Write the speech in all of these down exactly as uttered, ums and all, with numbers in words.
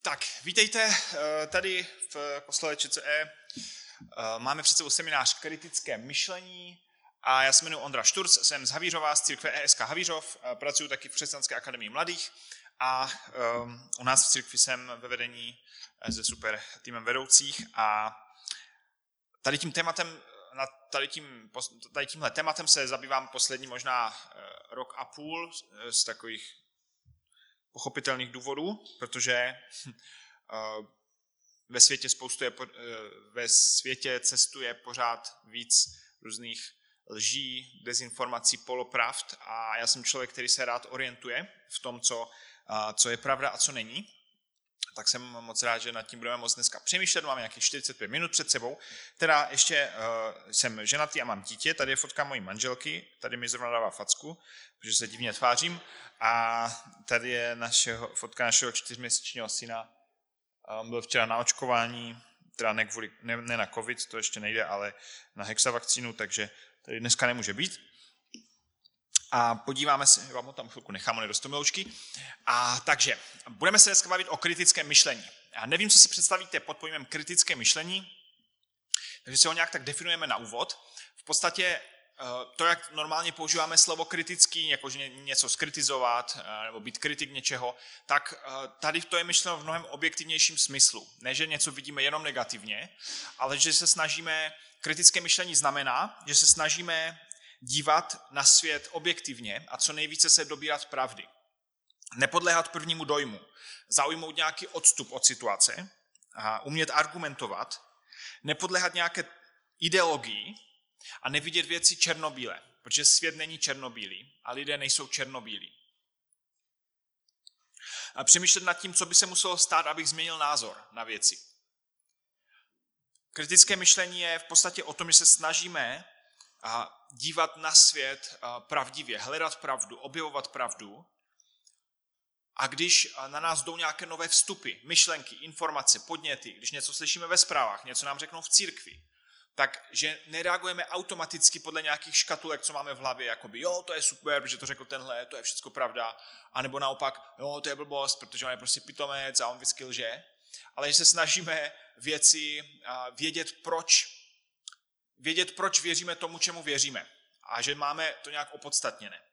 Tak, vítejte tady v kostele ČCE. Máme před sebou seminář Kritické myšlení a já se jmenuji Ondra Šturc, jsem z Havířova, z církve E S K Havířov, pracuji taky v Křesťanské akademii mladých a u nás v církvi jsem ve vedení se super týmem vedoucích a tady tím tématem, na tady, tím, tady tímhle tématem se zabývám poslední možná rok a půl z takových pochopitelných důvodů, protože ve světě, spoustu je, ve světě cestuje pořád víc různých lží, dezinformací, polopravd a já jsem člověk, který se rád orientuje v tom, co, co je pravda a co není. Tak jsem moc rád, že nad tím budeme moct dneska přemýšlet. Máme nějakých čtyřicet pět minut před sebou. Teda ještě uh, jsem ženatý a mám dítě. Tady je fotka mojí manželky. Tady mi zrovna dává facku, protože se divně tvářím. A tady je našeho, fotka našeho čtyřměsíčního syna. Um, byl včera na očkování, teda ne, kvůli, ne, ne na covid, to ještě nejde, ale na hexavakcínu, takže tady dneska nemůže být. A podíváme se, já vám ho tam chvilku nechám, on je dost miloučky. A takže, budeme se dneska bavit o kritickém myšlení. Já nevím, co si představíte pod pojmem kritické myšlení, takže si ho nějak tak definujeme na úvod. V podstatě to, jak normálně používáme slovo kritický, jakože něco skritizovat nebo být kritik něčeho, tak tady to je myšleno v mnohem objektivnějším smyslu. Ne, že něco vidíme jenom negativně, ale že se snažíme, kritické myšlení znamená, že se snažíme dívat na svět objektivně a co nejvíce se dobírat pravdy. Nepodléhat prvnímu dojmu, zaujmout nějaký odstup od situace, a umět argumentovat, nepodléhat nějaké ideologii a nevidět věci černobíle, protože svět není černobílý a lidé nejsou černobílí. A přemýšlet nad tím, co by se muselo stát, abych změnil názor na věci. Kritické myšlení je v podstatě o tom, že se snažíme a dívat na svět pravdivě, hledat pravdu, objevovat pravdu. A když na nás jdou nějaké nové vstupy, myšlenky, informace, podněty, když něco slyšíme ve zprávách, něco nám řeknou v církvi, tak že nereagujeme automaticky podle nějakých škatulek, co máme v hlavě, jakoby jo, to je super, protože to řekl tenhle, to je všechno pravda, anebo naopak, jo, to je blbost, protože on je prostě pitomec a on vždycky lže, ale že se snažíme věci vědět, proč Vědět, proč věříme tomu, čemu věříme. A že máme to nějak opodstatněné.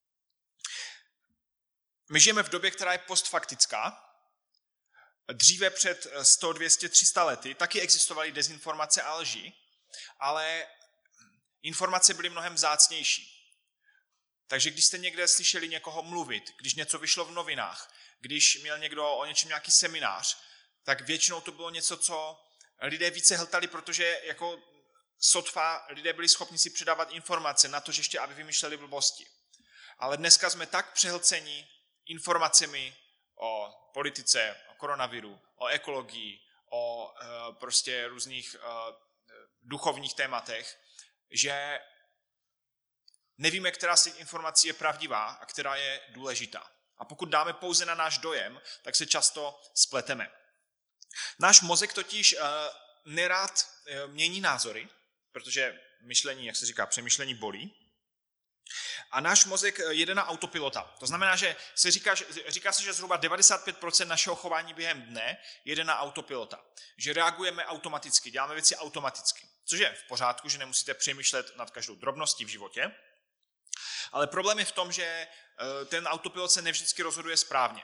My žijeme v době, která je postfaktická. Dříve před sto, dvě stě, tři sta lety taky existovaly dezinformace a lži, ale informace byly mnohem vzácnější. Takže když jste někde slyšeli někoho mluvit, když něco vyšlo v novinách, když měl někdo o něčem nějaký seminář, tak většinou to bylo něco, co lidé více hltali, protože jako sotva lidé byli schopni si předávat informace na to, že ještě aby vymýšleli blbosti. Ale dneska jsme tak přehlceni informacemi o politice, o koronaviru, o ekologii, o e, prostě různých e, duchovních tématech, že nevíme, která z těch informací je pravdivá a která je důležitá. A pokud dáme pouze na náš dojem, tak se často spleteme. Náš mozek totiž e, nerad e, mění názory, protože myšlení, jak se říká, přemýšlení bolí. A náš mozek jede na autopilota. To znamená, že se říká, že, říká se, že zhruba devadesát pět procent našeho chování během dne jede na autopilota. Že reagujeme automaticky, děláme věci automaticky. Což je v pořádku, že nemusíte přemýšlet nad každou drobností v životě. Ale problém je v tom, že ten autopilot se nevždycky rozhoduje správně.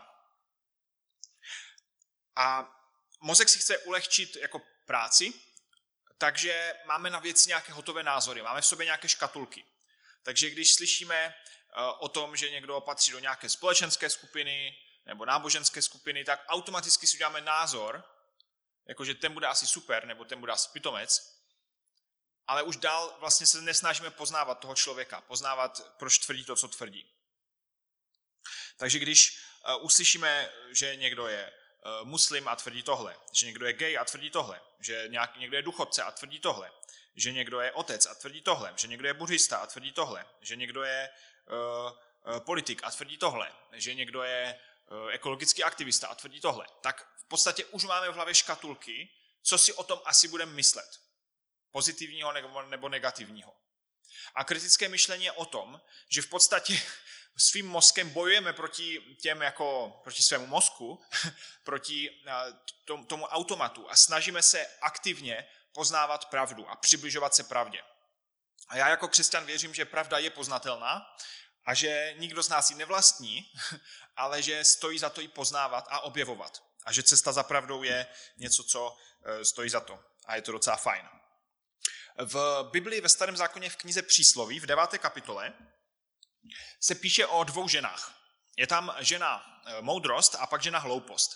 A mozek si chce ulehčit jako práci, takže máme na věci nějaké hotové názory, máme v sobě nějaké škatulky. Takže když slyšíme o tom, že někdo patří do nějaké společenské skupiny nebo náboženské skupiny, tak automaticky si uděláme názor, jakože ten bude asi super, nebo ten bude asi pitomec, ale už dál vlastně se nesnažíme poznávat toho člověka, poznávat, proč tvrdí to, co tvrdí. Takže když uslyšíme, že někdo je muslim a tvrdí tohle, že někdo je gay a tvrdí tohle, že nějak, někdo je důchodce a tvrdí tohle, že někdo je otec a tvrdí tohle, že někdo je buddhista a tvrdí tohle, že někdo je uh, uh, politik a tvrdí tohle, že někdo je uh, ekologický aktivista a tvrdí tohle, tak v podstatě už máme v hlavě škatulky, co si o tom asi budeme myslet. Pozitivního nebo, nebo negativního. A kritické myšlení je o tom, že v podstatě Svým mozkem bojujeme proti těm jako, proti svému mozku, proti tomu automatu a snažíme se aktivně poznávat pravdu a přibližovat se pravdě. A já jako křesťan věřím, že pravda je poznatelná a že nikdo z nás ji nevlastní, ale že stojí za to ji poznávat a objevovat. A že cesta za pravdou je něco, co stojí za to. A je to docela fajn. V Biblii ve Starém zákoně v knize Přísloví v deváté kapitole se píše o dvou ženách. Je tam žena moudrost a pak žena hloupost.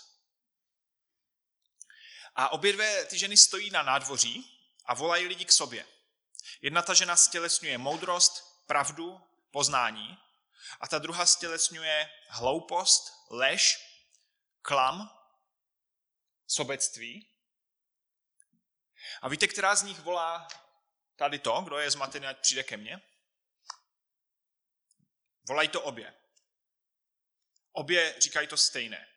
A obě dvě ty ženy stojí na nádvoří a volají lidi k sobě. Jedna ta žena stělesňuje moudrost, pravdu, poznání a ta druhá stělesňuje hloupost, lež, klam, sobectví. A víte, která z nich volá tady to, kdo je zmatený, ať přijde ke mně? Volají to obě. Obě říkají to stejné.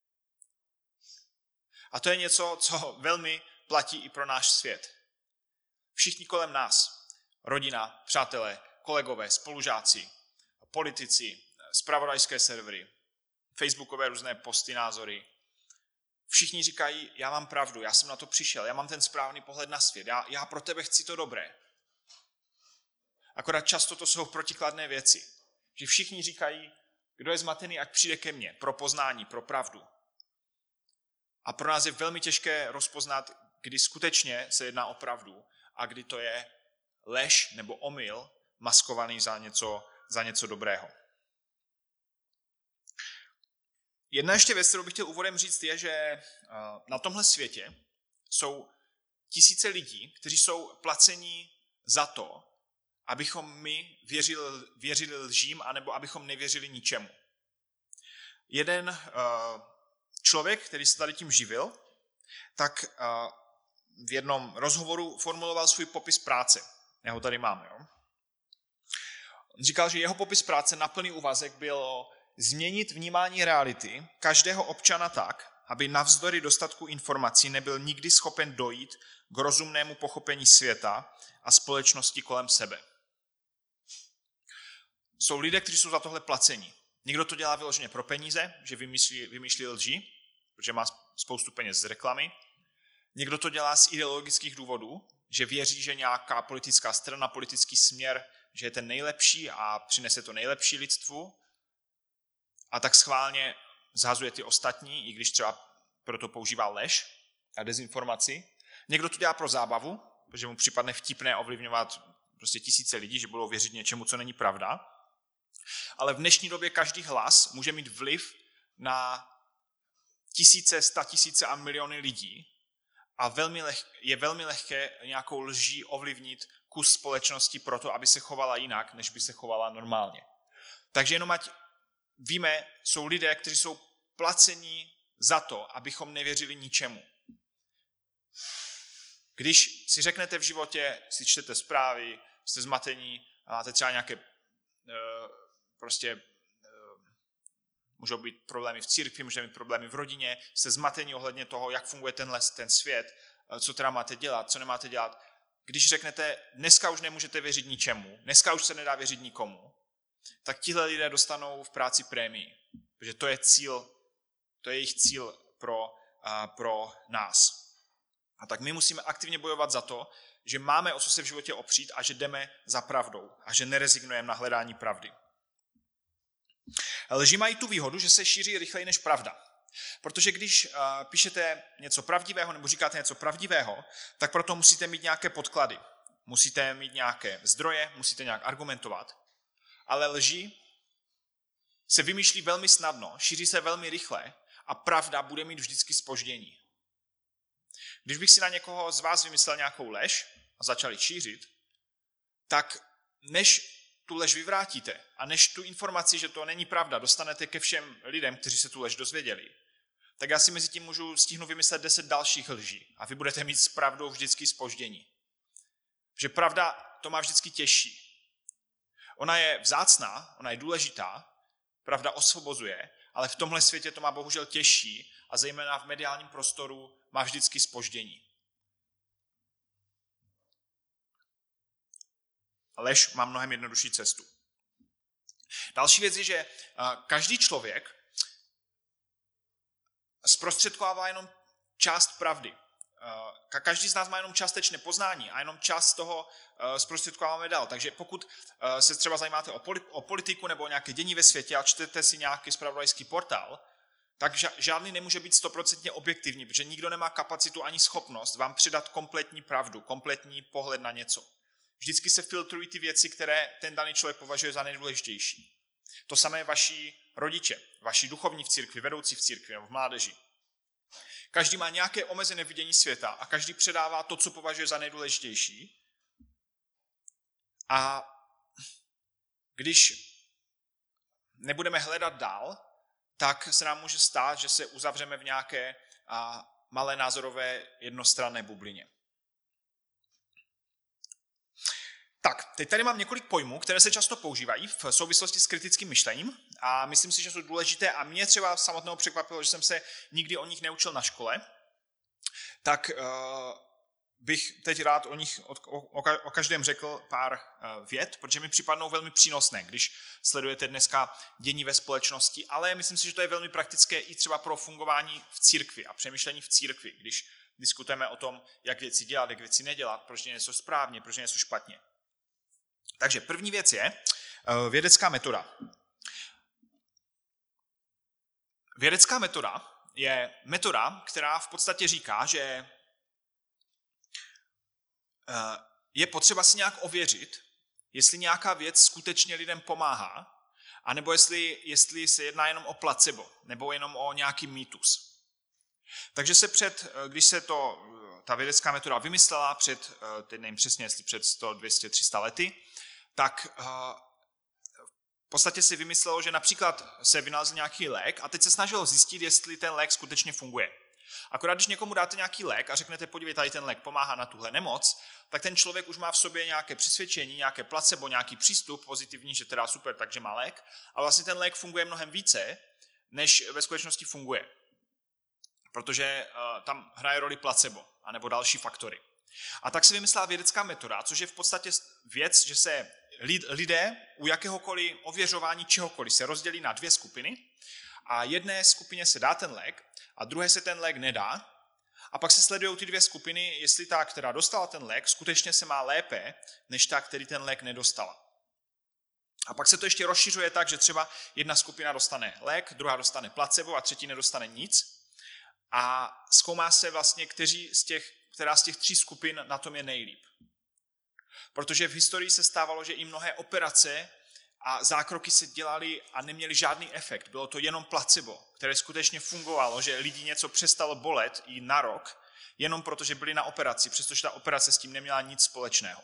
A to je něco, co velmi platí i pro náš svět. Všichni kolem nás, rodina, přátelé, kolegové, spolužáci, politici, zpravodajské servery, facebookové různé posty, názory, všichni říkají, já mám pravdu, já jsem na to přišel, já mám ten správný pohled na svět, já, já pro tebe chci to dobré. Akorát často to jsou protikladné věci. Že všichni říkají, kdo je zmatený, ať přijde ke mně, pro poznání, pro pravdu. A pro nás je velmi těžké rozpoznat, kdy skutečně se jedná o pravdu a kdy to je lež nebo omyl maskovaný za něco, za něco dobrého. Jedna ještě věc, kterou bych chtěl úvodem říct, je, že na tomhle světě jsou tisíce lidí, kteří jsou placení za to, abychom my věřili, věřili lžím, anebo abychom nevěřili ničemu. Jeden uh, člověk, který se tady tím živil, tak uh, v jednom rozhovoru formuloval svůj popis práce. Já ho tady mám. Jo? On říkal, že jeho popis práce na plný úvazek bylo změnit vnímání reality každého občana tak, aby navzdory dostatku informací nebyl nikdy schopen dojít k rozumnému pochopení světa a společnosti kolem sebe. Jsou lidé, kteří jsou za tohle placení. Někdo to dělá vyloženě pro peníze, že vymyslí, vymýšlí lži, protože má spoustu peněz z reklamy. Někdo to dělá z ideologických důvodů, že věří, že nějaká politická strana, politický směr, že je ten nejlepší a přinese to nejlepší lidstvu. A tak schválně zhazuje ty ostatní, i když třeba proto používá lež a dezinformaci. Někdo to dělá pro zábavu, protože mu připadne vtipné ovlivňovat prostě tisíce lidí, že budou věřit něčemu, co není pravda. Ale v dnešní době každý hlas může mít vliv na tisíce, statisíce a miliony lidí a velmi leh, je velmi lehké nějakou lží ovlivnit kus společnosti proto, aby se chovala jinak, než by se chovala normálně. Takže jenom ať víme, jsou lidé, kteří jsou placení za to, abychom nevěřili ničemu. Když si řeknete v životě, si čtete zprávy, jste zmatení a máte třeba nějaké prostě můžou být problémy v církvi, můžou být problémy v rodině, jste zmatení ohledně toho, jak funguje tenhle ten svět, co teda máte dělat, co nemáte dělat. Když řeknete, dneska už nemůžete věřit ničemu, dneska už se nedá věřit nikomu, tak tihle lidé dostanou v práci prémii, protože to je cíl, to je jejich cíl pro, uh, pro nás. A tak my musíme aktivně bojovat za to, že máme o co se v životě opřít a že jdeme za pravdou a že nerezignujeme na hledání pravdy. Lži mají tu výhodu, že se šíří rychleji než pravda. Protože když uh, píšete něco pravdivého nebo říkáte něco pravdivého, tak proto musíte mít nějaké podklady. Musíte mít nějaké zdroje, musíte nějak argumentovat. Ale lži se vymýšlí velmi snadno, šíří se velmi rychle a pravda bude mít vždycky zpoždění. Když bych si na někoho z vás vymyslel nějakou lež a začali šířit, tak než tu lež vyvrátíte a než tu informaci, že to není pravda, dostanete ke všem lidem, kteří se tu lež dozvěděli, tak já si mezi tím můžu stihnout vymyslet deset dalších lží a vy budete mít s pravdou vždycky zpoždění. Protože pravda to má vždycky těžší. Ona je vzácná, ona je důležitá, pravda osvobozuje, ale v tomhle světě to má bohužel těžší a zejména v mediálním prostoru má vždycky zpoždění. Lež má mnohem jednodušší cestu. Další věc je, že každý člověk zprostředkovává jenom část pravdy. Každý z nás má jenom částečné poznání a jenom část toho zprostředkováváme dál. Takže pokud se třeba zajímáte o politiku nebo o nějaké dění ve světě a čtete si nějaký zpravodajský portál, tak žádný nemůže být stoprocentně objektivní, protože nikdo nemá kapacitu ani schopnost vám předat kompletní pravdu, kompletní pohled na něco. Vždycky se filtrují ty věci, které ten daný člověk považuje za nejdůležitější. To samé vaši rodiče, vaši duchovní v církvi, vedoucí v církvi nebo v mládeži. Každý má nějaké omezené vidění světa a každý předává to, co považuje za nejdůležitější. A když nebudeme hledat dál, tak se nám může stát, že se uzavřeme v nějaké a, malé názorové jednostranné bublině. Tak, teď tady mám několik pojmů, které se často používají v souvislosti s kritickým myšlením a myslím si, že jsou důležité a mě třeba samotného překvapilo, že jsem se nikdy o nich neučil na škole, tak uh, bych teď rád o nich o, o, o každém řekl pár uh, vět, protože mi připadnou velmi přínosné, když sledujete dneska dění ve společnosti, ale myslím si, že to je velmi praktické i třeba pro fungování v církvi a přemýšlení v církvi, když diskutujeme o tom, jak věci dělat, jak věci nedělat, proč je něco správně, proč je něco špatně. Takže první věc je uh, vědecká metoda. Vědecká metoda je metoda, která v podstatě říká, že uh, je potřeba si nějak ověřit, jestli nějaká věc skutečně lidem pomáhá, anebo jestli, jestli se jedná jenom o placebo, nebo jenom o nějaký mýtus. Takže se před, když se to, ta vědecká metoda vymyslela před, teď nevím přesně, jestli před sto, dvě stě, tři sta lety, tak v podstatě si vymyslelo, že například se vynalezl nějaký lék a teď se snažilo zjistit, jestli ten lék skutečně funguje. Akorát, když někomu dáte nějaký lék a řeknete, podívej, tady ten lék pomáhá na tuhle nemoc, tak ten člověk už má v sobě nějaké přesvědčení, nějaké placebo, nějaký přístup pozitivní, že teda super, takže má lék. A vlastně ten lék funguje mnohem více, než ve skutečnosti funguje. Protože uh, tam hraje roli placebo, anebo další faktory. A tak se vymyslela vědecká metoda, což je v podstatě věc, že se lidé u jakéhokoliv ověřování čehokoliv se rozdělí na dvě skupiny a jedné skupině se dá ten lék a druhé se ten lék nedá a pak se sledují ty dvě skupiny, jestli ta, která dostala ten lék, skutečně se má lépe, než ta, který ten lék nedostala. A pak se to ještě rozšiřuje tak, že třeba jedna skupina dostane lék, druhá dostane placebo a třetí nedostane nic a zkoumá se vlastně, kteří z těch, která z těch tří skupin na tom je nejlíp. Protože v historii se stávalo, že i mnohé operace a zákroky se dělaly a neměly žádný efekt. Bylo to jenom placebo, které skutečně fungovalo, že lidi něco přestalo bolet i na rok, jenom proto, že byli na operaci, přestože ta operace s tím neměla nic společného.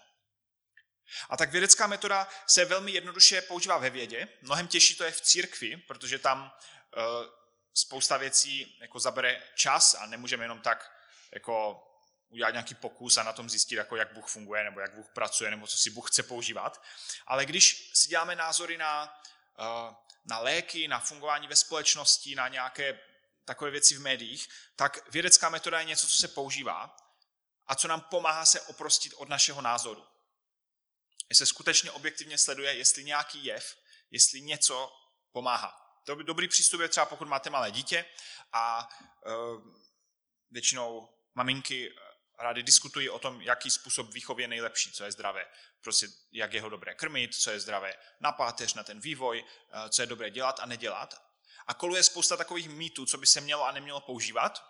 A tak vědecká metoda se velmi jednoduše používá ve vědě. Mnohem těžší to je v církvi, protože tam uh, spousta věcí jako zabere čas a nemůžeme jenom tak jako udělat nějaký pokus a na tom zjistit, jako jak Bůh funguje, nebo jak Bůh pracuje, nebo co si Bůh chce používat. Ale když si děláme názory na, na léky, na fungování ve společnosti, na nějaké takové věci v médiích, tak vědecká metoda je něco, co se používá a co nám pomáhá se oprostit od našeho názoru. Se skutečně objektivně sleduje, jestli nějaký jev, jestli něco pomáhá. To by dobrý přístup je třeba, pokud máte malé dítě a uh, většinou maminky rádi diskutují o tom, jaký způsob výchovy je nejlepší, co je zdravé, prostě jak je ho dobré krmit, co je zdravé na páteř, na ten vývoj, co je dobré dělat a nedělat. A koluje spousta takových mýtů, co by se mělo a nemělo používat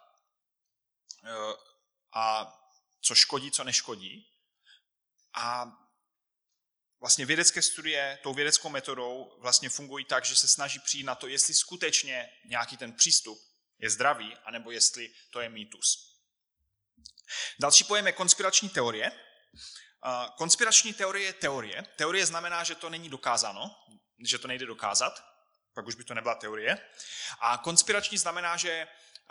a co škodí, co neškodí. A vlastně vědecké studie tou vědeckou metodou vlastně fungují tak, že se snaží přijít na to, jestli skutečně nějaký ten přístup je zdravý, anebo jestli to je mýtus. Další pojem je konspirační teorie. Konspirační teorie je teorie. Teorie znamená, že to není dokázáno, že to nejde dokázat, pak už by to nebyla teorie. A konspirační znamená, že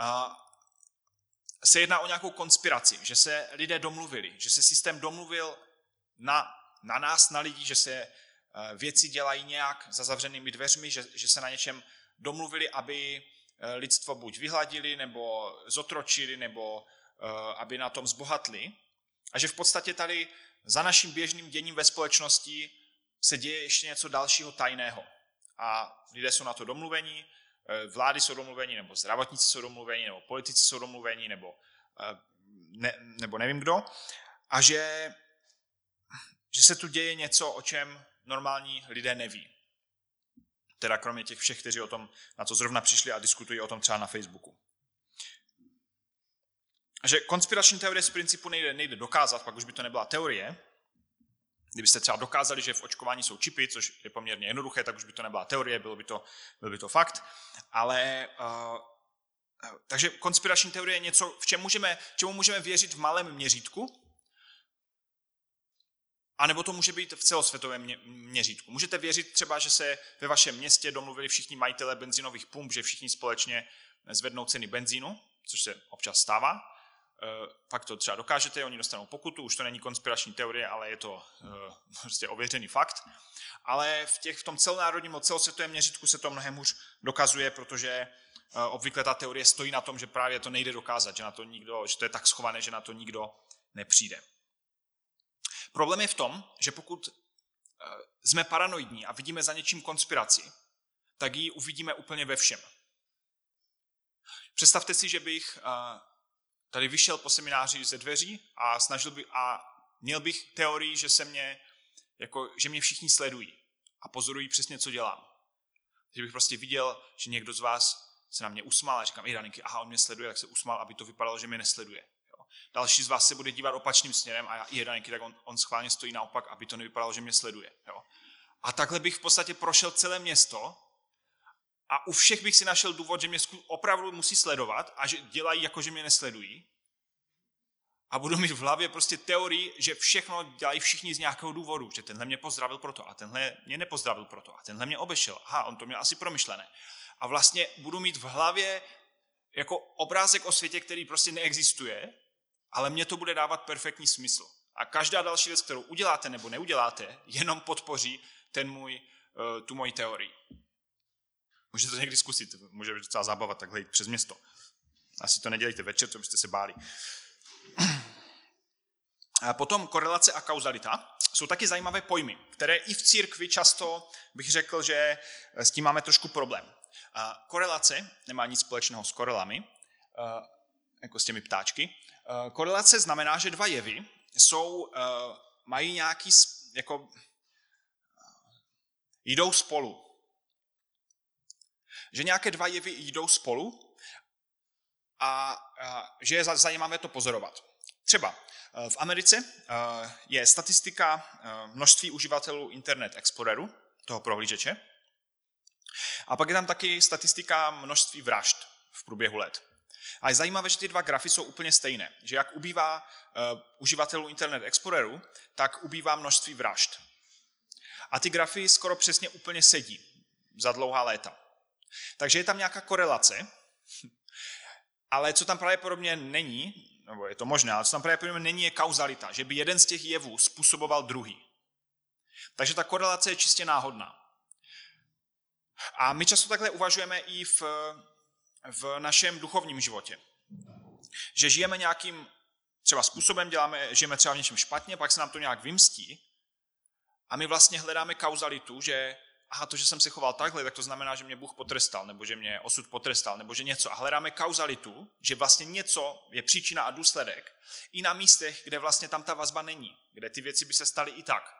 se jedná o nějakou konspiraci, že se lidé domluvili, že se systém domluvil na, na nás, na lidi, že se věci dělají nějak za zavřenými dveřmi, že, že se na něčem domluvili, aby lidstvo buď vyhladili, nebo zotročili, nebo aby na tom zbohatli. A že v podstatě tady za naším běžným děním ve společnosti se děje ještě něco dalšího tajného. a lidé jsou na to domluvení, vlády jsou domluvení, nebo zdravotníci jsou domluvení, nebo politici jsou domluvení, nebo, ne, nebo nevím kdo. A že, že se tu děje něco, o čem normální lidé neví. Teda kromě těch všech, kteří o tom na to zrovna přišli a diskutují o tom třeba na Facebooku. Že konspirační teorie z principu nejde, nejde dokázat, pak už by to nebyla teorie. Kdybyste třeba dokázali, že v očkování jsou čipy, což je poměrně jednoduché, tak už by to nebyla teorie, bylo by to, byl by to fakt. Ale uh, takže konspirační teorie je něco, v čem můžeme, čemu můžeme věřit v malém měřítku, anebo to může být v celosvětovém měřítku. Můžete věřit třeba, že se ve vašem městě domluvili všichni majitelé benzinových pump, že všichni společně zvednou ceny benzínu, což se občas stává. Pak to třeba dokážete, oni dostanou pokutu, už to není konspirační teorie, ale je to prostě ověřený fakt. Ale v, těch, v tom celonárodním, celosvětovém měřítku se to mnohem hůř dokazuje, protože obvykle ta teorie stojí na tom, že právě to nejde dokázat, že, na to nikdo, že to je tak schované, že na to nikdo nepřijde. Problém je v tom, že pokud jsme paranoidní a vidíme za něčím konspiraci, tak ji uvidíme úplně ve všem. Představte si, že bych tady vyšel po semináři ze dveří a snažil by, a měl bych teorii, že se mě, jako, že mě všichni sledují a pozorují přesně, co dělám. Takže bych prostě viděl, že někdo z vás se na mě usmál a říkám, ej Daniky, aha, on mě sleduje, tak se usmál, aby to vypadalo, že mě nesleduje. Jo. Další z vás se bude dívat opačným směrem a já, ej Daniky, tak on, on schválně stojí naopak, aby to nevypadalo, že mě sleduje. Jo. A takhle bych v podstatě prošel celé město a u všech bych si našel důvod, že mě opravdu musí sledovat a že dělají jako, že mě nesledují. A budu mít v hlavě prostě teorii, že všechno dělají všichni z nějakého důvodu. Že tenhle mě pozdravil proto a tenhle mě nepozdravil proto a tenhle mě obešel. Aha, on to měl asi promyšlené. A vlastně budu mít v hlavě jako obrázek o světě, který prostě neexistuje, ale mně to bude dávat perfektní smysl. A každá další věc, kterou uděláte nebo neuděláte, jenom podpoří ten můj, tu moji teorii. Můžete to někdy zkusit, může být docela zábava takhle jít přes město. Asi to nedělejte večer, to byste se báli. A potom korelace a kauzalita jsou taky zajímavé pojmy, které i v církvi často bych řekl, že s tím máme trošku problém. A korelace nemá nic společného s korelami, jako s těmi ptáčky. Korelace znamená, že dva jevy jsou, mají nějaký, jako, jdou spolu. Že nějaké dva jevy jdou spolu a, a že je zajímavé to pozorovat. Třeba v Americe je statistika množství uživatelů Internet Exploreru, toho prohlížeče, a pak je tam taky statistika množství vražd v průběhu let. A je zajímavé, že ty dva grafy jsou úplně stejné, že jak ubývá uživatelů Internet Exploreru, tak ubývá množství vražd. A ty grafy skoro přesně úplně sedí za dlouhá léta. Takže je tam nějaká korelace, ale co tam pravděpodobně není, nebo je to možné, ale co tam pravděpodobně není, je kauzalita, že by jeden z těch jevů způsoboval druhý. Takže ta korelace je čistě náhodná. A my často takhle uvažujeme i v, v našem duchovním životě. Že žijeme nějakým třeba způsobem, děláme, žijeme třeba v něčem špatně, pak se nám to nějak vymstí a my vlastně hledáme kauzalitu, že aha, to, že jsem se choval takhle, tak to znamená, že mě Bůh potrestal, nebo že mě osud potrestal, nebo že něco. A hledáme kauzalitu, že vlastně něco je příčina a důsledek i na místech, kde vlastně tam ta vazba není, kde ty věci by se staly i tak.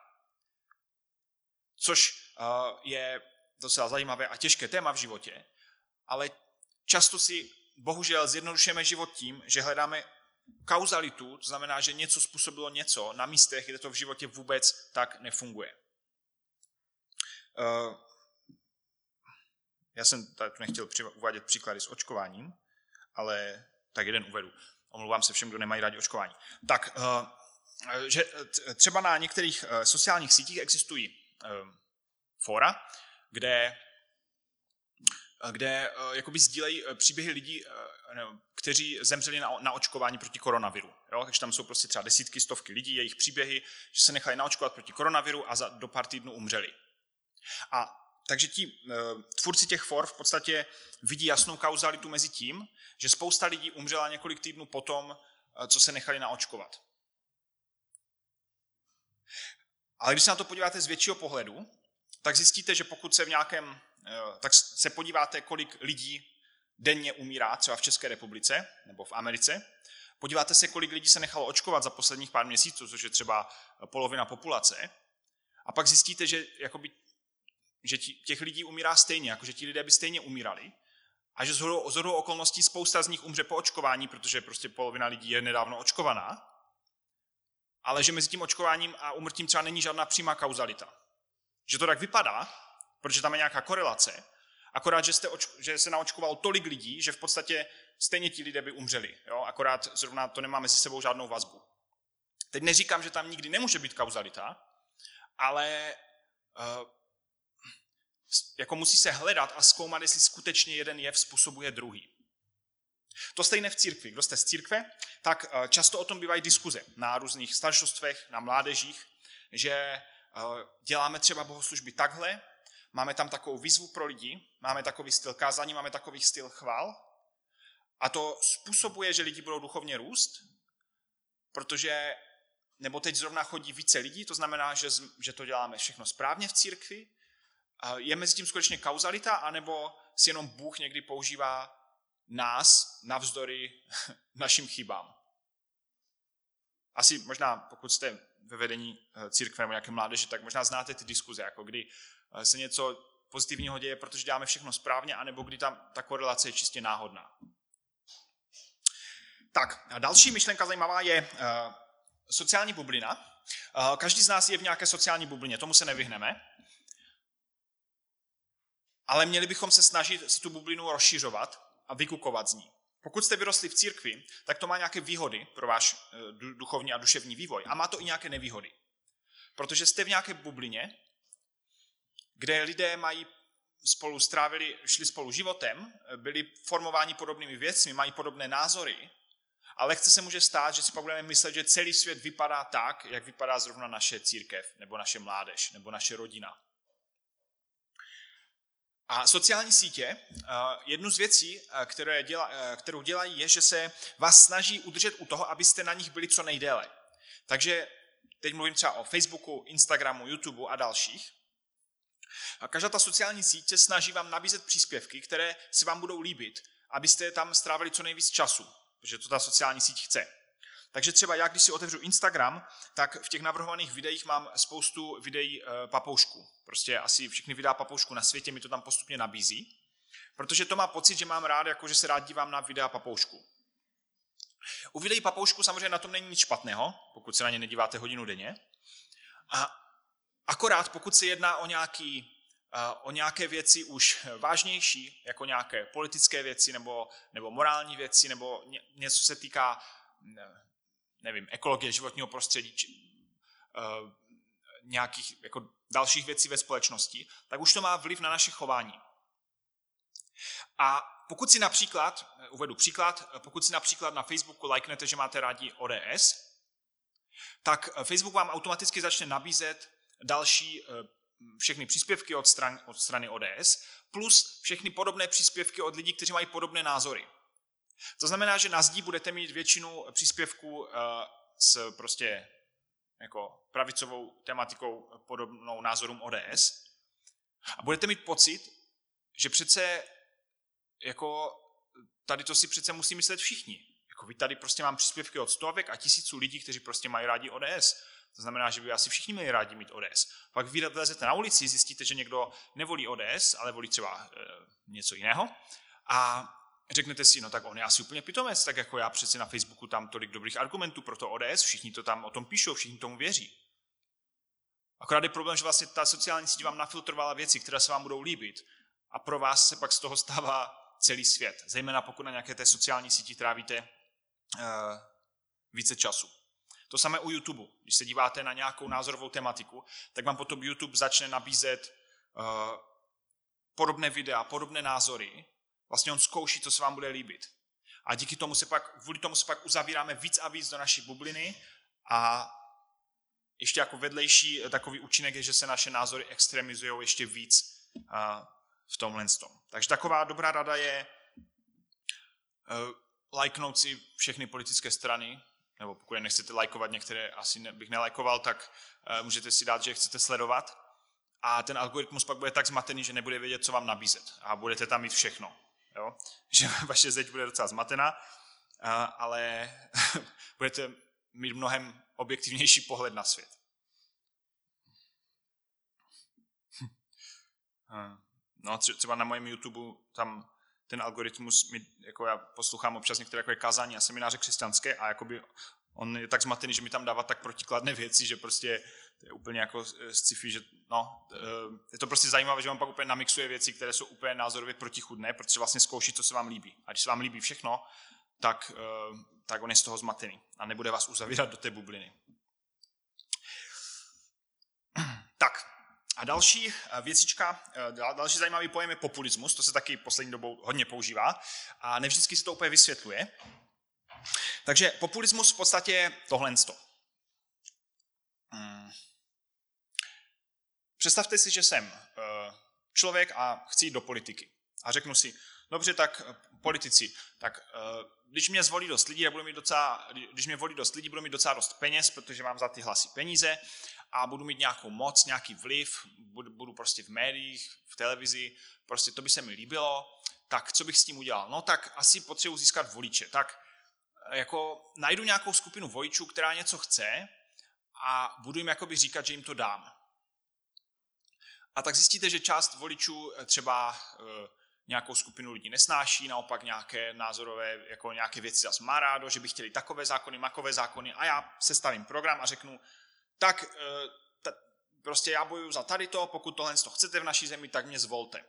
Což uh, je docela zajímavé a těžké téma v životě, ale často si bohužel zjednodušujeme život tím, že hledáme kauzalitu, to znamená, že něco způsobilo něco na místech, kde to v životě vůbec tak nefunguje. Uh, já jsem tady nechtěl uvádět příklady s očkováním, ale tak jeden uvedu. Omlouvám se všem, kdo nemají rádi očkování. Tak, uh, že třeba na některých uh, sociálních sítích existují uh, fóra, kde, uh, kde uh, jakoby sdílejí uh, příběhy lidí, uh, ne, kteří zemřeli na, na očkování proti koronaviru. Jo? Takže tam jsou prostě třeba desítky, stovky lidí, jejich příběhy, že se nechali naočkovat proti koronaviru a za, do pár týdnů umřeli. A takže ti e, tvůrci těch for v podstatě vidí jasnou kauzalitu mezi tím, že spousta lidí umřela několik týdnů potom, e, co se nechali naočkovat. Ale když se na to podíváte z většího pohledu, tak zjistíte, že pokud se v nějakém tak se podíváte, kolik lidí denně umírá třeba v České republice nebo v Americe. Podíváte se, kolik lidí se nechalo očkovat za posledních pár měsíců, což je třeba polovina populace. A pak zjistíte, že, jakoby, že těch lidí umírá stejně, jako že ti lidé by stejně umírali. A že z hodou okolností spousta z nich umře po očkování, protože prostě polovina lidí je nedávno očkovaná. Ale že mezi tím očkováním a úmrtím třeba není žádná přímá kauzalita. Že to tak vypadá, protože tam je nějaká korelace, akorát, že, jste oč- že se naočkovalo tolik lidí, že v podstatě stejně ti lidé by umřeli. Jo? Akorát zrovna to nemá mezi sebou žádnou vazbu. Teď neříkám, že tam nikdy nemůže být kauzalita, ale uh, jako musí se hledat a zkoumat, jestli skutečně jeden jev způsobuje druhý. To stejné v církvi. Kdo jste z církve, tak uh, často o tom bývají diskuze na různých staršostvech, na mládežích, že uh, děláme třeba bohoslužby takhle, máme tam takovou výzvu pro lidi, máme takový styl kázání, máme takový styl chvál a to způsobuje, že lidi budou duchovně růst, protože, nebo teď zrovna chodí více lidí, to znamená, že, že to děláme všechno správně v církvi. Je mezi tím skutečně kauzalita, anebo si jenom Bůh někdy používá nás navzdory našim chybám. Asi možná, pokud jste ve vedení církve nebo nějaké mládeže, tak možná znáte ty diskuze, jako kdy se něco pozitivního děje, protože děláme všechno správně, anebo kdy tam ta korelace je čistě náhodná. Tak, a další myšlenka zajímavá je uh, sociální bublina. Uh, každý z nás je v nějaké sociální bublině, tomu se nevyhneme. Ale měli bychom se snažit si tu bublinu rozšiřovat a vykukovat z ní. Pokud jste vyrostli v církvi, tak to má nějaké výhody pro váš uh, duchovní a duševní vývoj. A má to i nějaké nevýhody. Protože jste v nějaké bublině, kde lidé mají spolu strávili, šli spolu životem, byli formováni podobnými věcmi, mají podobné názory, a lehce se může stát, že si pak budeme myslet, že celý svět vypadá tak, jak vypadá zrovna naše církev, nebo naše mládež, nebo naše rodina. A sociální sítě, jednu z věcí, které děla, kterou dělají, je, že se vás snaží udržet u toho, abyste na nich byli co nejdéle. Takže teď mluvím třeba o Facebooku, Instagramu, YouTubeu a dalších. A každá ta sociální síť se snaží vám nabízet příspěvky, které se vám budou líbit, abyste tam strávili co nejvíc času, protože to ta sociální síť chce. Takže třeba já, když si otevřu Instagram, tak v těch navrhovaných videích mám spoustu videí e, papoušku. Prostě asi všechny videa papoušku na světě mi to tam postupně nabízí, protože to má pocit, že mám rád, jako že se rád dívám na videa papoušku. U videí papoušku samozřejmě na tom není nic špatného, pokud se na ně nedíváte hodinu denně. A akorát pokud se jedná o, nějaký, o nějaké věci už vážnější, jako nějaké politické věci nebo, nebo morální věci, nebo něco se týká, nevím, ekologie, životního prostředí, či, uh, nějakých jako dalších věcí ve společnosti, tak už to má vliv na naše chování. A pokud si například, uvedu příklad, pokud si například na Facebooku lajknete, že máte rádi O D S, tak Facebook vám automaticky začne nabízet další všechny příspěvky od, stran, od strany O D S, plus všechny podobné příspěvky od lidí, kteří mají podobné názory. To znamená, že na zdi budete mít většinu příspěvků s prostě jako pravicovou tematikou podobnou názorům O D S a budete mít pocit, že přece jako tady to si přece musí myslet všichni. Jako vy tady prostě mám příspěvky od stovek a tisíců lidí, kteří prostě mají rádi O D S. To znamená, že by asi všichni měli rádi mít O D S. Pak vy vylezete na ulici, zjistíte, že někdo nevolí O D S, ale volí třeba e, něco jiného. A řeknete si, no tak on je asi úplně pitomec, tak jako já přeci na Facebooku tam tolik dobrých argumentů pro to O D S, všichni to tam o tom píšou, všichni tomu věří. Akorát je problém, že vlastně ta sociální síť vám nafiltrovala věci, které se vám budou líbit a pro vás se pak z toho stává celý svět. Zejména pokud na nějaké té sociální síti trávíte uh, více času. To samé u YouTube. Když se díváte na nějakou názorovou tematiku, tak vám potom YouTube začne nabízet uh, podobné videa, podobné názory. Vlastně on zkouší, co se vám bude líbit. A díky tomu se pak, kvůli tomu se pak uzavíráme víc a víc do naší bubliny a ještě jako vedlejší takový účinek je, že se naše názory extremizují ještě víc uh, v tomhle tom. Takže taková dobrá rada je uh, lajknout si všechny politické strany, nebo pokud je nechcete lajkovat, některé asi ne, bych nelajkoval, tak uh, můžete si dát, že je chcete sledovat. a ten algoritmus pak bude tak zmatený, že nebude vědět, co vám nabízet a budete tam mít všechno. Jo? Že vaše zeď bude docela zmatená, ale budete mít mnohem objektivnější pohled na svět. No, třeba na mém YouTube tam ten algoritmus, mi, jako já poslouchám občas některé takové kázání a semináře křesťanské a jakoby on je tak zmatený, že mi tam dává tak protikladné věci, že prostě to je úplně jako sci-fi, že no, je to prostě zajímavé, že on pak úplně namixuje věci, které jsou úplně názorově protichůdné, protože vlastně zkouší, co se vám líbí. A když se vám líbí všechno, tak, tak on je z toho zmatený a nebude vás uzavírat do té bubliny. Tak, a další věcička, další zajímavý pojem je populismus, to se taky poslední dobou hodně používá a nevždycky se to úplně vysvětluje. Takže populismus v podstatě je tohle. Hmm. Představte si, že jsem člověk a chci jít do politiky. A řeknu si, dobře, tak politici, tak když mě zvolí dost lidí, budu mít docela, když mě volí dost lidí, budu mít docela dost peněz, protože mám za ty hlasy peníze a budu mít nějakou moc, nějaký vliv, budu, budu prostě v médiích, v televizi, prostě to by se mi líbilo, tak co bych s tím udělal? No tak asi potřebuji získat voliče, tak jako najdu nějakou skupinu voličů, která něco chce a budu jim jakoby říkat, že jim to dám. A tak zjistíte, že část voličů třeba e, nějakou skupinu lidí nesnáší, naopak nějaké názorové, jako nějaké věci zase má rádo, že by chtěli takové zákony, makové zákony a já sestavím program a řeknu, tak e, ta, prostě já bojuju za tady to, pokud tohle to chcete v naší zemi, tak mě zvolte.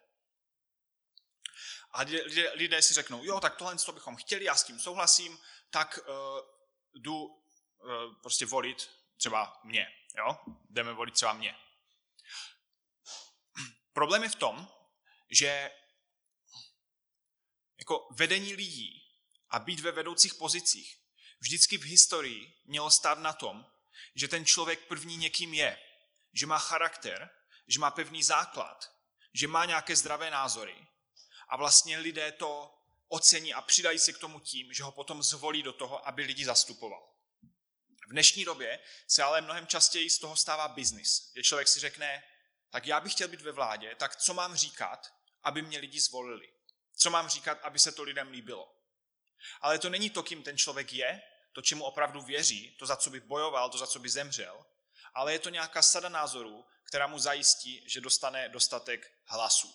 A lidé, lidé si řeknou, jo, tak tohle to bychom chtěli, já s tím souhlasím, tak e, jdu e, prostě volit třeba mě, jo, jdeme volit třeba mě. Problém je v tom, že jako vedení lidí a být ve vedoucích pozicích vždycky v historii mělo stát na tom, že ten člověk první někým je, že má charakter, že má pevný základ, že má nějaké zdravé názory a vlastně lidé to ocení a přidají se k tomu tím, že ho potom zvolí do toho, aby lidi zastupoval. V dnešní době se ale mnohem častěji z toho stává biznis, kde člověk si řekne, tak já bych chtěl být ve vládě, tak co mám říkat, aby mě lidi zvolili? Co mám říkat, aby se to lidem líbilo? Ale to není to, kým ten člověk je, to, čemu opravdu věří, to, za co by bojoval, to, za co by zemřel, ale je to nějaká sada názorů, která mu zajistí, že dostane dostatek hlasů.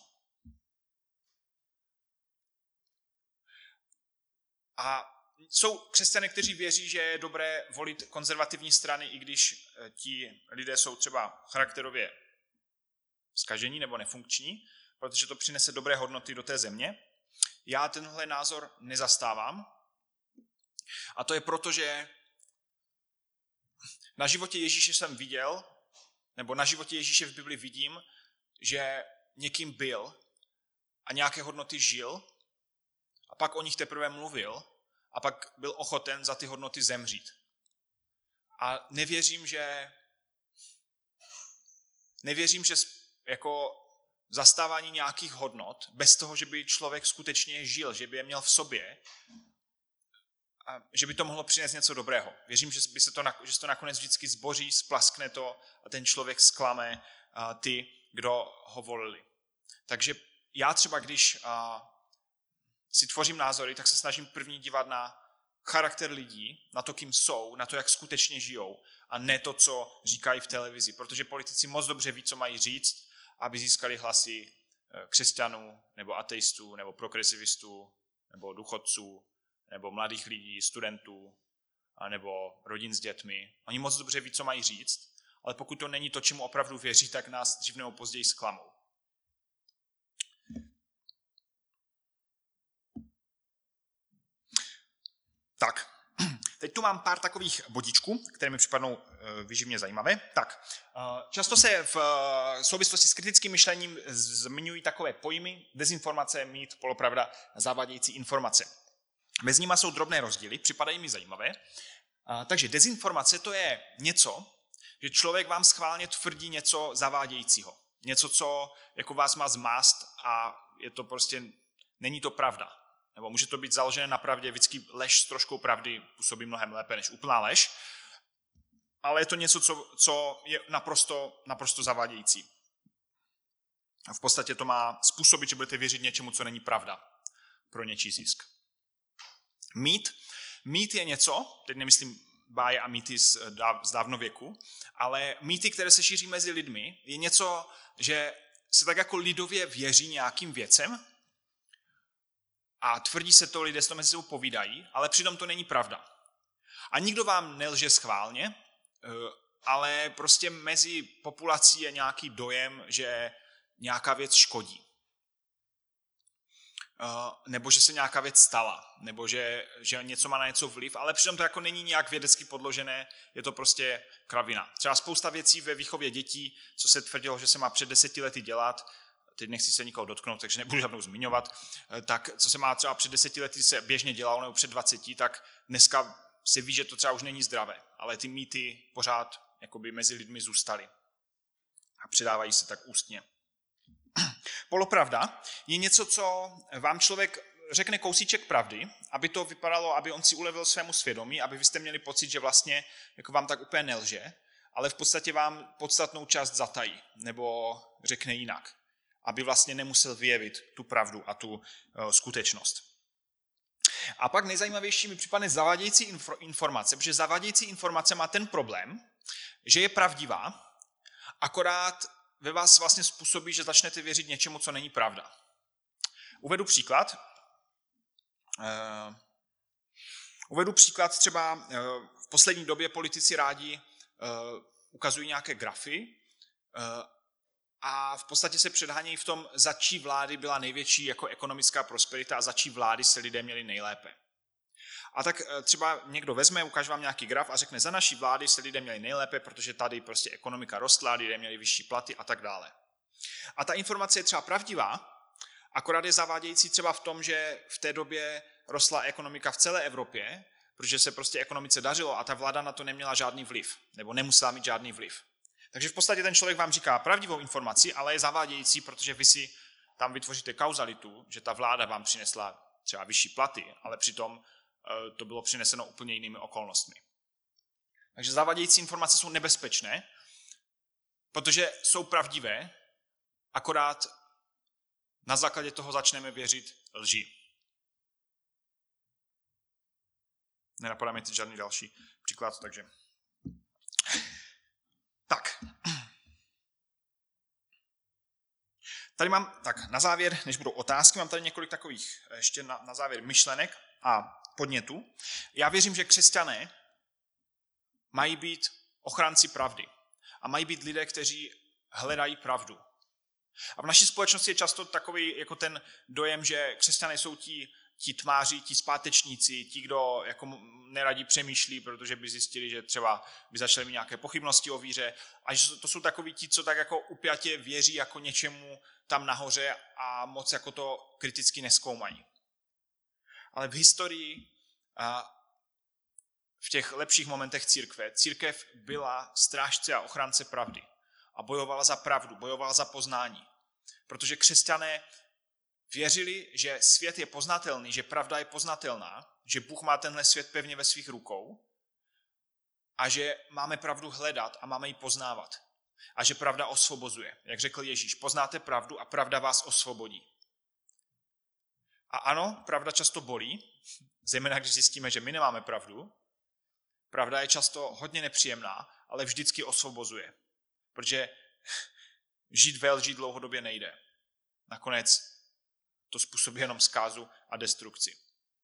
A jsou křesťané, kteří věří, že je dobré volit konzervativní strany, i když ti lidé jsou třeba charakterově zkažení nebo nefunkční, protože to přinese dobré hodnoty do té země. Já tenhle názor nezastávám. A to je proto, že na životě Ježíše jsem viděl, nebo na životě Ježíše v Bibli vidím, že někým byl a nějaké hodnoty žil a pak o nich teprve mluvil a pak byl ochoten za ty hodnoty zemřít. A nevěřím, že nevěřím, že jako zastávání nějakých hodnot, bez toho, že by člověk skutečně žil, že by je měl v sobě, a že by to mohlo přinést něco dobrého. Věřím, že, by se to, že se to nakonec vždycky zboří, splaskne to a ten člověk zklame a, ty, kdo ho volili. Takže já třeba, když a, si tvořím názory, tak se snažím první dívat na charakter lidí, na to, kým jsou, na to, jak skutečně žijou a ne to, co říkají v televizi. Protože politici moc dobře ví, co mají říct, aby získali hlasy křesťanů, nebo ateistů, nebo progresivistů, nebo důchodců, nebo mladých lidí, studentů, nebo rodin s dětmi. Oni moc dobře ví, co mají říct, ale pokud to není to, čemu opravdu věří, tak nás dřív nebo později zklamou. Tak, teď tu mám pár takových bodíčků, které mi připadnou výživně zajímavé. Tak, často se v souvislosti s kritickým myšlením zmiňují takové pojmy: dezinformace, mýt, polopravda, zavádějící informace. Mezi nimi jsou drobné rozdíly, připadají mi zajímavé. Takže dezinformace to je něco, že člověk vám schválně tvrdí něco zavádějícího. Něco, co jako vás má zmást a je to prostě, není to pravda. Nebo může to být založené na pravdě, vždycky lež s troškou pravdy působí mnohem lépe než úplná lež, ale je to něco, co, co je naprosto, naprosto zavádějící. v podstatě to má způsobit, že budete věřit něčemu, co není pravda pro něčí zisk. Mýt. Mýt je něco, teď nemyslím báje a mýty z, dáv, z dávnověku, ale mýty, které se šíří mezi lidmi, je něco, že se tak jako lidově věří nějakým věcem a tvrdí se to, lidé se to mezi sebou povídají, ale přitom to není pravda. A nikdo vám nelže schválně, ale prostě mezi populací je nějaký dojem, že nějaká věc škodí. Nebo že se nějaká věc stala, nebo že, že něco má na něco vliv, ale přitom to jako není nějak vědecky podložené, je to prostě kravina. Třeba spousta věcí ve výchově dětí, co se tvrdilo, že se má před deseti lety dělat, teď nechci se nikoho dotknout, takže nebudu žádnou zmiňovat, tak co se má třeba před deseti lety se běžně dělalo, nebo před dvaceti, tak dneska se ví, že to třeba už není zdravé, ale ty mýty pořád jakoby mezi lidmi zůstaly a předávají se tak ústně. Polopravda je něco, co vám člověk řekne kousíček pravdy, aby to vypadalo, aby on si ulevil svému svědomí, aby vy jste měli pocit, že vlastně jako vám tak úplně nelže, ale v podstatě vám podstatnou část zatají nebo řekne jinak, aby vlastně nemusel vyjevit tu pravdu a tu uh, skutečnost. A pak nejzajímavější mi připadne zavádějící informace, protože zavádějící informace má ten problém, že je pravdivá, akorát ve vás vlastně způsobí, že začnete věřit něčemu, co není pravda. Uvedu příklad. Uh, uvedu příklad třeba uh, v poslední době politici rádi uh, ukazují nějaké grafy uh, a v podstatě se předhánějí v tom, za čí vlády byla největší jako ekonomická prosperita a za čí vlády se lidé měli nejlépe. A tak třeba někdo vezme, ukáže vám nějaký graf a řekne, za naší vlády se lidé měli nejlépe, protože tady prostě ekonomika rostla, lidé měli vyšší platy a tak dále. A ta informace je třeba pravdivá, akorát je zavádějící třeba v tom, že v té době rostla ekonomika v celé Evropě, protože se prostě ekonomice dařilo a ta vláda na to neměla žádný vliv, nebo nemusela mít žádný vliv. Takže v podstatě ten člověk vám říká pravdivou informaci, ale je zavádějící, protože vy si tam vytvoříte kauzalitu, že ta vláda vám přinesla třeba vyšší platy, ale přitom to bylo přineseno úplně jinými okolnostmi. Takže zavádějící informace jsou nebezpečné, protože jsou pravdivé, akorát na základě toho začneme věřit lži. Nenapadá mi teď žádný další příklad, takže... Tak. Tady mám, tak na závěr, než budou otázky, mám tady několik takových ještě na, na závěr myšlenek a podnětů. Já věřím, že křesťané mají být ochránci pravdy a mají být lidé, kteří hledají pravdu. A v naší společnosti je často takový jako ten dojem, že křesťané jsou ti, ti tmáři, ti zpátečníci, ti, kdo jako neradí přemýšlí, protože by zjistili, že třeba by začali mít nějaké pochybnosti o víře. A že to jsou takoví ti, co tak jako upjatě věří jako něčemu tam nahoře a moc jako to kriticky nezkoumají. Ale v historii a v těch lepších momentech církve, církev byla strážce a ochránce pravdy a bojovala za pravdu, bojovala za poznání. Protože křesťané věřili, že svět je poznatelný, že pravda je poznatelná, že Bůh má tenhle svět pevně ve svých rukou a že máme pravdu hledat a máme ji poznávat. A že pravda osvobozuje. Jak řekl Ježíš, poznáte pravdu a pravda vás osvobodí. A ano, pravda často bolí, zejména když zjistíme, že my nemáme pravdu. Pravda je často hodně nepříjemná, ale vždycky osvobozuje. Protože žít ve lži dlouhodobě nejde. Nakonec to způsobí jenom zkázu a destrukci.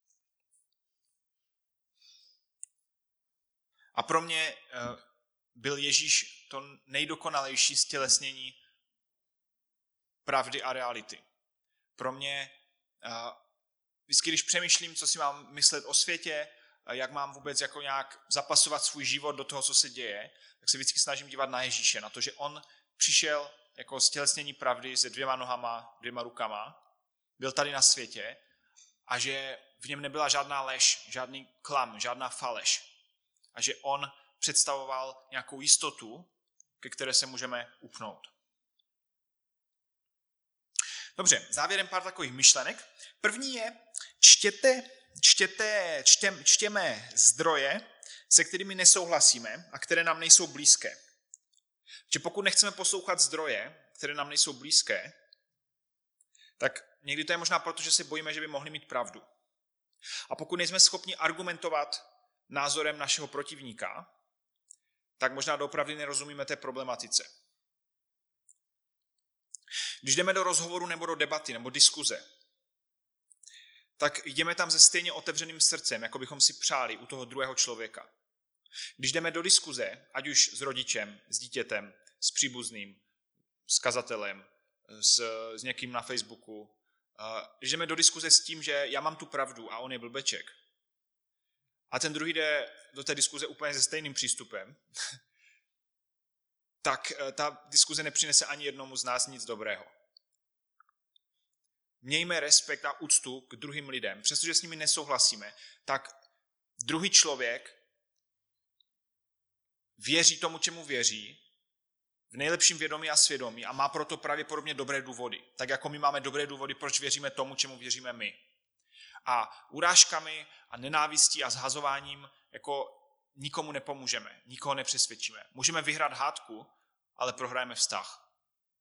A pro mě byl Ježíš to nejdokonalejší stělesnění pravdy a reality. Pro mě, vždycky, když přemýšlím, co si mám myslet o světě, jak mám vůbec jako nějak zapasovat svůj život do toho, co se děje, tak se vždycky snažím dívat na Ježíše, na to, že on přišel jako stělesnění pravdy se dvěma nohama, dvěma rukama, byl tady na světě a že v něm nebyla žádná lež, žádný klam, žádná faleš. A že on představoval nějakou jistotu, ke které se můžeme upnout. Dobře, závěrem pár takových myšlenek. První je, čtěte, čtěte, čtěm, čtěme zdroje, se kterými nesouhlasíme a které nám nejsou blízké. Že pokud nechceme poslouchat zdroje, které nám nejsou blízké, tak někdy to je možná proto, že se bojíme, že by mohli mít pravdu. A pokud nejsme schopni argumentovat názorem našeho protivníka, tak možná doopravdy nerozumíme té problematice. Když jdeme do rozhovoru nebo do debaty nebo diskuze, tak jdeme tam se stejně otevřeným srdcem, jako bychom si přáli u toho druhého člověka. Když jdeme do diskuze, ať už s rodičem, s dítětem, s příbuzným, s kazatelem, s, s někým na Facebooku, když jdeme do diskuze s tím, že já mám tu pravdu a on je blbeček, a ten druhý jde do té diskuze úplně se stejným přístupem, tak ta diskuze nepřinese ani jednomu z nás nic dobrého. Mějme respekt a úctu k druhým lidem. Přestože s nimi nesouhlasíme, tak druhý člověk věří tomu, čemu věří, v nejlepším vědomí a svědomí a má proto pravděpodobně dobré důvody. Tak jako my máme dobré důvody, proč věříme tomu, čemu věříme my. A urážkami a nenávistí a zhazováním jako nikomu nepomůžeme, nikoho nepřesvědčíme. Můžeme vyhrát hádku, ale prohrajeme vztah.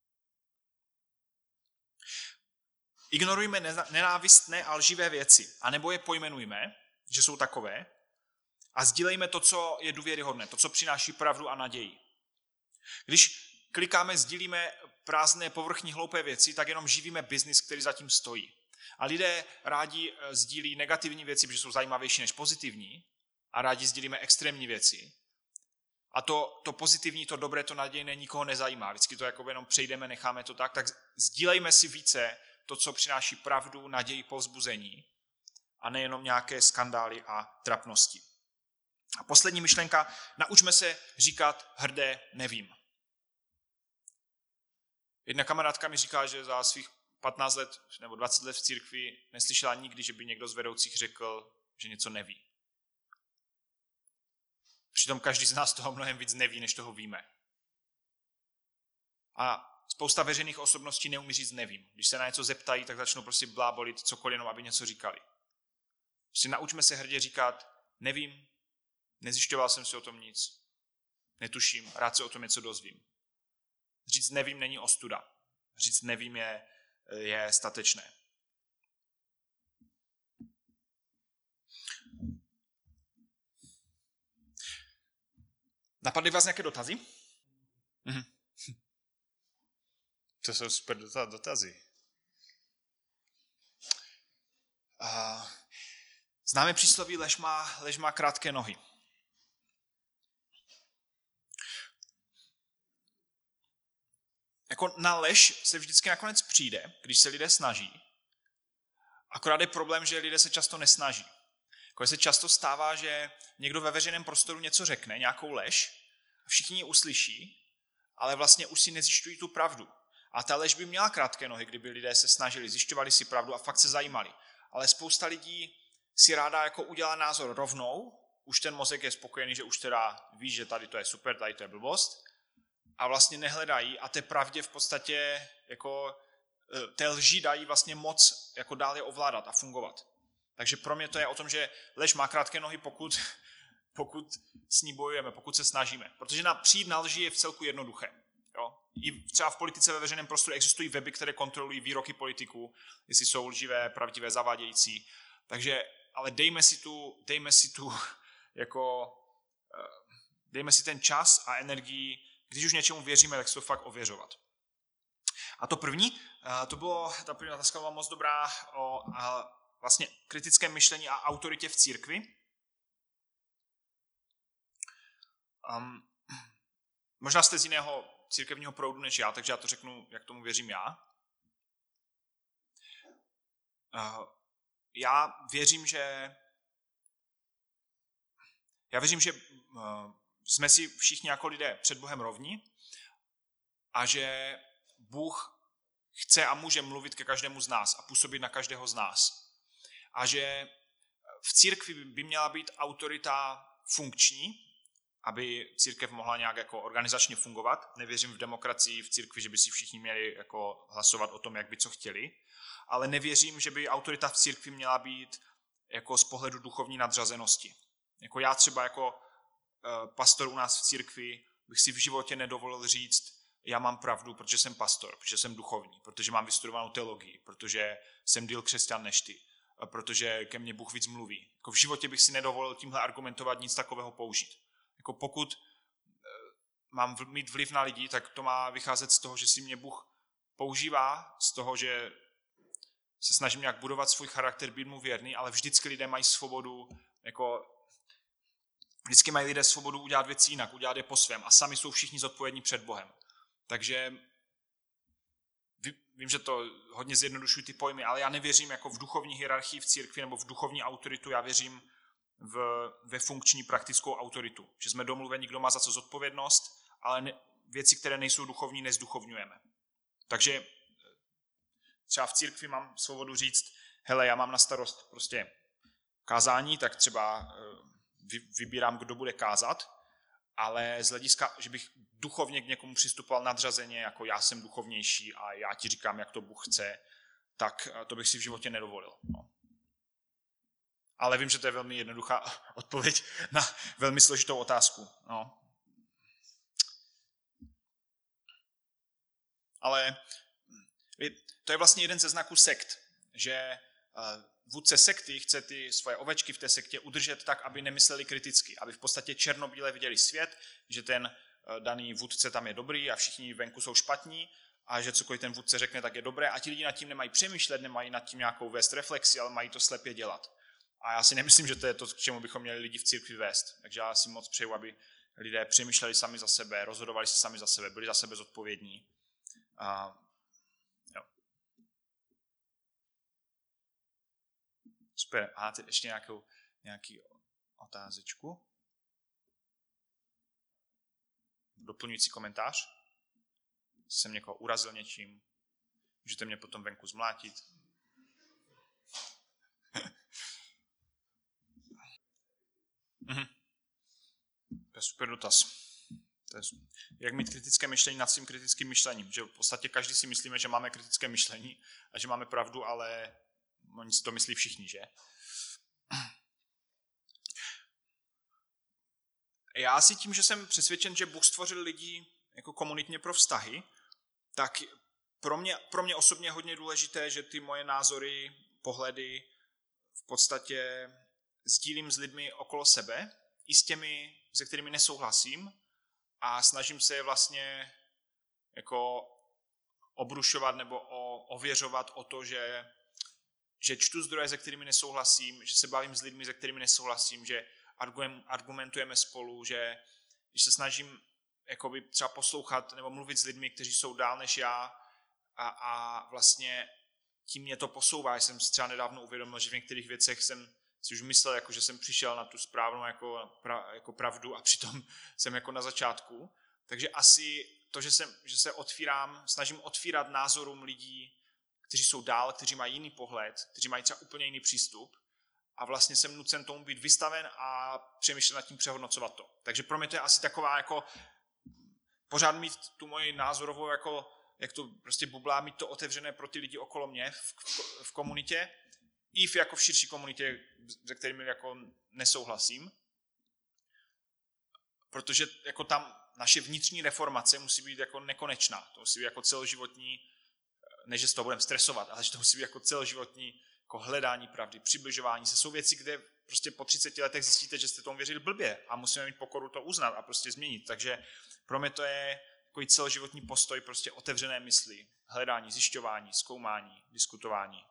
Ignorujme nenávistné a lživé věci, anebo je pojmenujme, že jsou takové, a sdílejme to, co je důvěryhodné, to, co přináší pravdu a naději. Když klikáme, sdílíme prázdné, povrchní, hloupé věci, tak jenom živíme biznis, který zatím stojí. A lidé rádi sdílí negativní věci, protože jsou zajímavější než pozitivní, a rádi sdílíme extrémní věci. A to, to pozitivní, to dobré, to nadějné nikoho nezajímá. Vždycky to jako jenom přejdeme, necháme to tak. Tak sdílejme si více to, co přináší pravdu, naději, povzbuzení a nejenom nějaké skandály a trapnosti. A poslední myšlenka, naučme se říkat hrdé nevím. Jedna kamarádka mi říká, že za svých patnáct let nebo dvacet let v církvi neslyšela nikdy, že by někdo z vedoucích řekl, že něco neví. Přitom každý z nás toho mnohem víc neví, než toho víme. A spousta veřejných osobností neumí říct nevím. Když se na něco zeptají, tak začnou prostě blábolit cokoliv jenom, aby něco říkali. Prostě naučme se hrdě říkat nevím, nezjišťoval jsem si o tom nic, netuším, rád se o tom něco dozvím. Říct nevím není ostuda. Říct nevím je, je statečné. Napadly vás nějaké dotazy? Mhm. To jsou super dotazy. Uh, známe přísloví lež má, lež má krátké nohy. Jako na lež se vždycky nakonec přijde, když se lidé snaží. Akorát je problém, že lidé se často nesnaží. Jako se často stává, že někdo ve veřejném prostoru něco řekne, nějakou lež, a všichni ji uslyší, ale vlastně už si nezjišťují tu pravdu. A ta lež by měla krátké nohy, kdyby lidé se snažili, zjišťovali si pravdu a fakt se zajímali. Ale spousta lidí si ráda jako udělá názor rovnou, už ten mozek je spokojený, že už teda ví, že tady to je super, tady to je blbost, a vlastně nehledají a té pravdě v podstatě jako té lži dají vlastně moc jako dál je ovládat a fungovat. Takže pro mě to je o tom, že lež má krátké nohy, pokud, pokud s ní bojujeme, pokud se snažíme. Protože na, přijít na lži je v celku jednoduché. Jo? I třeba v politice ve veřejném prostoru existují weby, které kontrolují výroky politiků, jestli jsou lživé, pravdivé, zavádějící. Takže, ale dejme si tu, dejme si tu, jako, dejme si ten čas a energii, když už něčemu věříme, tak se to fakt ověřovat. A to první, to bylo, ta první otázka byla moc dobrá o vlastně kritickém myšlení a autoritě v církvi. Um, možná jste z jiného církevního proudu než já, takže já to řeknu, jak tomu věřím já. Uh, já věřím, že já věřím, že uh, jsme si všichni jako lidé před Bohem rovni a že Bůh chce a může mluvit ke každému z nás a působit na každého z nás. A že v církvi by měla být autorita funkční, aby církev mohla nějak jako organizačně fungovat. Nevěřím v demokracii v církvi, že by si všichni měli jako hlasovat o tom, jak by co chtěli, ale nevěřím, že by autorita v církvi měla být jako z pohledu duchovní nadřazenosti. Jako já třeba jako pastor u nás v církvi bych si v životě nedovolil říct, já mám pravdu, protože jsem pastor, protože jsem duchovní, protože mám vystudovanou teologii, protože jsem díl křesťan než ty, protože ke mně Bůh víc mluví. Jako v životě bych si nedovolil tímhle argumentovat, nic takového použít. Jako pokud mám mít vliv na lidi, tak to má vycházet z toho, že si mě Bůh používá, z toho, že se snažím nějak budovat svůj charakter, být mu věrný, ale vždycky lidé mají svobodu, jako vždycky mají lidé svobodu udělat věci jinak, udělat je po svém a sami jsou všichni zodpovědní před Bohem. Takže vím, že to hodně zjednodušují ty pojmy, ale já nevěřím jako v duchovní hierarchii v církvi nebo v duchovní autoritu, já věřím v, ve funkční praktickou autoritu. Že jsme domluveni, kdo má za co zodpovědnost, ale ne, věci, které nejsou duchovní, nezduchovňujeme. Takže třeba v církvi mám svobodu říct, hele, já mám na starost prostě kázání, tak třeba vybírám, kdo bude kázat, ale z hlediska, že bych duchovně k někomu přistupoval nadřazeně, jako já jsem duchovnější a já ti říkám, jak to Bůh chce, tak to bych si v životě nedovolil. No. Ale vím, že to je velmi jednoduchá odpověď na velmi složitou otázku. No. Ale to je vlastně jeden ze znaků sekt, že vůdce sekty chce ty svoje ovečky v té sektě udržet tak, aby nemysleli kriticky, aby v podstatě černobíle viděli svět, že ten daný vůdce tam je dobrý a všichni venku jsou špatní a že cokoliv ten vůdce řekne, tak je dobré a ti lidi nad tím nemají přemýšlet, nemají nad tím nějakou vést reflexi, ale mají to slepě dělat. A já si nemyslím, že to je to, k čemu bychom měli lidi v církvi vést. Takže já si moc přeju, aby lidé přemýšleli sami za sebe, rozhodovali se sami za sebe, byli za sebe zodpovědní. A jo. Super. A teď ještě nějakou, nějaký otázečku. Doplňující komentář. Jsem někoho urazil něčím. Můžete mě potom venku zmlátit. mhm. To je super dotaz. To je, jak mít kritické myšlení nad svým kritickým myšlením. Že v podstatě každý si myslíme, že máme kritické myšlení a že máme pravdu, ale oni si to myslí všichni, že? Já si tím, že jsem přesvědčen, že Bůh stvořil lidi jako komunitně pro vztahy, tak pro mě, pro mě osobně je hodně důležité, že ty moje názory, pohledy v podstatě sdílím s lidmi okolo sebe, i s těmi, se kterými nesouhlasím a snažím se je vlastně jako obrušovat nebo o, ověřovat o to, že, že čtu zdroje, se kterými nesouhlasím, že se bavím s lidmi, se kterými nesouhlasím, že argumentujeme spolu, že, že se snažím jakoby třeba poslouchat nebo mluvit s lidmi, kteří jsou dál než já a, a vlastně tím mě to posouvá. Jsem si třeba nedávno uvědomil, že v některých věcech jsem si už myslel, jako, že jsem přišel na tu správnou jako, pra, jako pravdu a přitom jsem jako na začátku. Takže asi to, že, jsem, že se otvírám, snažím otvírat názorům lidí, kteří jsou dál, kteří mají jiný pohled, kteří mají třeba úplně jiný přístup a vlastně jsem nucen tomu být vystaven a přemýšlet nad tím, přehodnocovat to. Takže pro mě to je asi taková jako pořád mít tu moji názorovou, jako, jak to prostě bublá, mít to otevřené pro ty lidi okolo mě v, v, v komunitě, i v, jako v širší komunitě, se kterými jako nesouhlasím. Protože jako tam naše vnitřní reformace musí být jako nekonečná. To musí být jako celoživotní, ne, že z toho budeme stresovat, ale že to musí být jako celoživotní jako hledání pravdy, přibližování se. Jsou věci, kde prostě po třiceti letech zjistíte, že jste tomu věřili blbě a musíme mít pokoru to uznat a prostě změnit. Takže pro mě to je takový celoživotní postoj, prostě otevřené mysli, hledání, zjišťování, zkoumání, diskutování.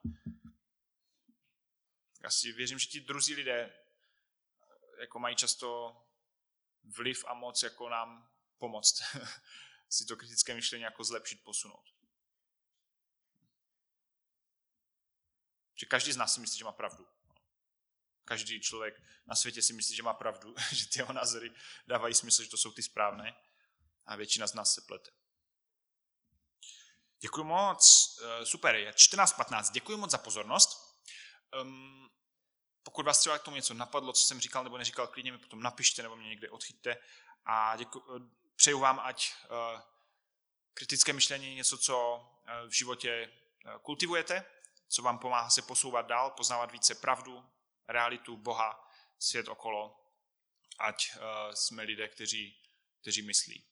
Já si věřím, že ti druzí lidé jako mají často vliv a moc jako nám pomoct si to kritické myšlení jako zlepšit, posunout. Že každý z nás si myslí, že má pravdu. Každý člověk na světě si myslí, že má pravdu, že ty jeho názory dávají smysl, že to jsou ty správné a většina z nás se plete. Děkuji moc, super, je čtrnáct patnáct, děkuji moc za pozornost. Um, pokud vás třeba k tomu něco napadlo, co jsem říkal nebo neříkal, klidně mi potom napište nebo mě někde odchyťte a děkuji, přeju vám, ať uh, kritické myšlení je něco, co uh, v životě uh, kultivujete, co vám pomáhá se posouvat dál, poznávat více pravdu, realitu, Boha, svět okolo, ať uh, jsme lidé, kteří, kteří myslí.